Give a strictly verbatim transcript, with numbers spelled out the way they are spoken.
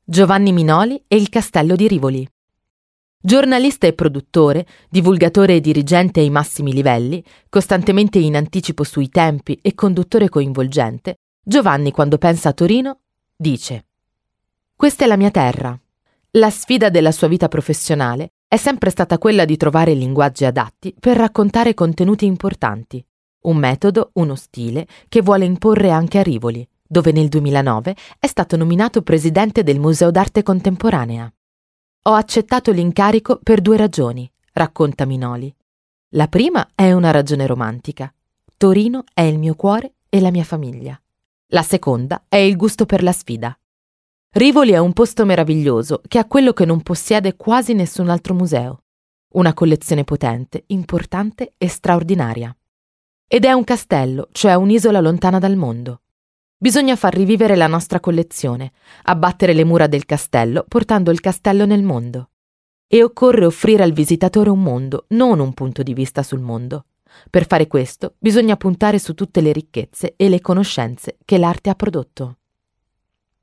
Giovanni Minoli e il Castello di Rivoli. Giornalista e produttore, divulgatore e dirigente ai massimi livelli, costantemente in anticipo sui tempi e conduttore coinvolgente, Giovanni, quando pensa a Torino, dice: «Questa è la mia terra». La sfida della sua vita professionale è sempre stata quella di trovare linguaggi adatti per raccontare contenuti importanti, un metodo, uno stile che vuole imporre anche a Rivoli, dove nel duemilanove è stato nominato presidente del Museo d'Arte Contemporanea. «Ho accettato l'incarico per due ragioni», racconta Minoli. «La prima è una ragione romantica. Torino è il mio cuore e la mia famiglia. La seconda è il gusto per la sfida. Rivoli è un posto meraviglioso che ha quello che non possiede quasi nessun altro museo. Una collezione potente, importante e straordinaria. Ed è un castello, cioè un'isola lontana dal mondo. Bisogna far rivivere la nostra collezione, abbattere le mura del castello portando il castello nel mondo. E occorre offrire al visitatore un mondo, non un punto di vista sul mondo. Per fare questo bisogna puntare su tutte le ricchezze e le conoscenze che l'arte ha prodotto».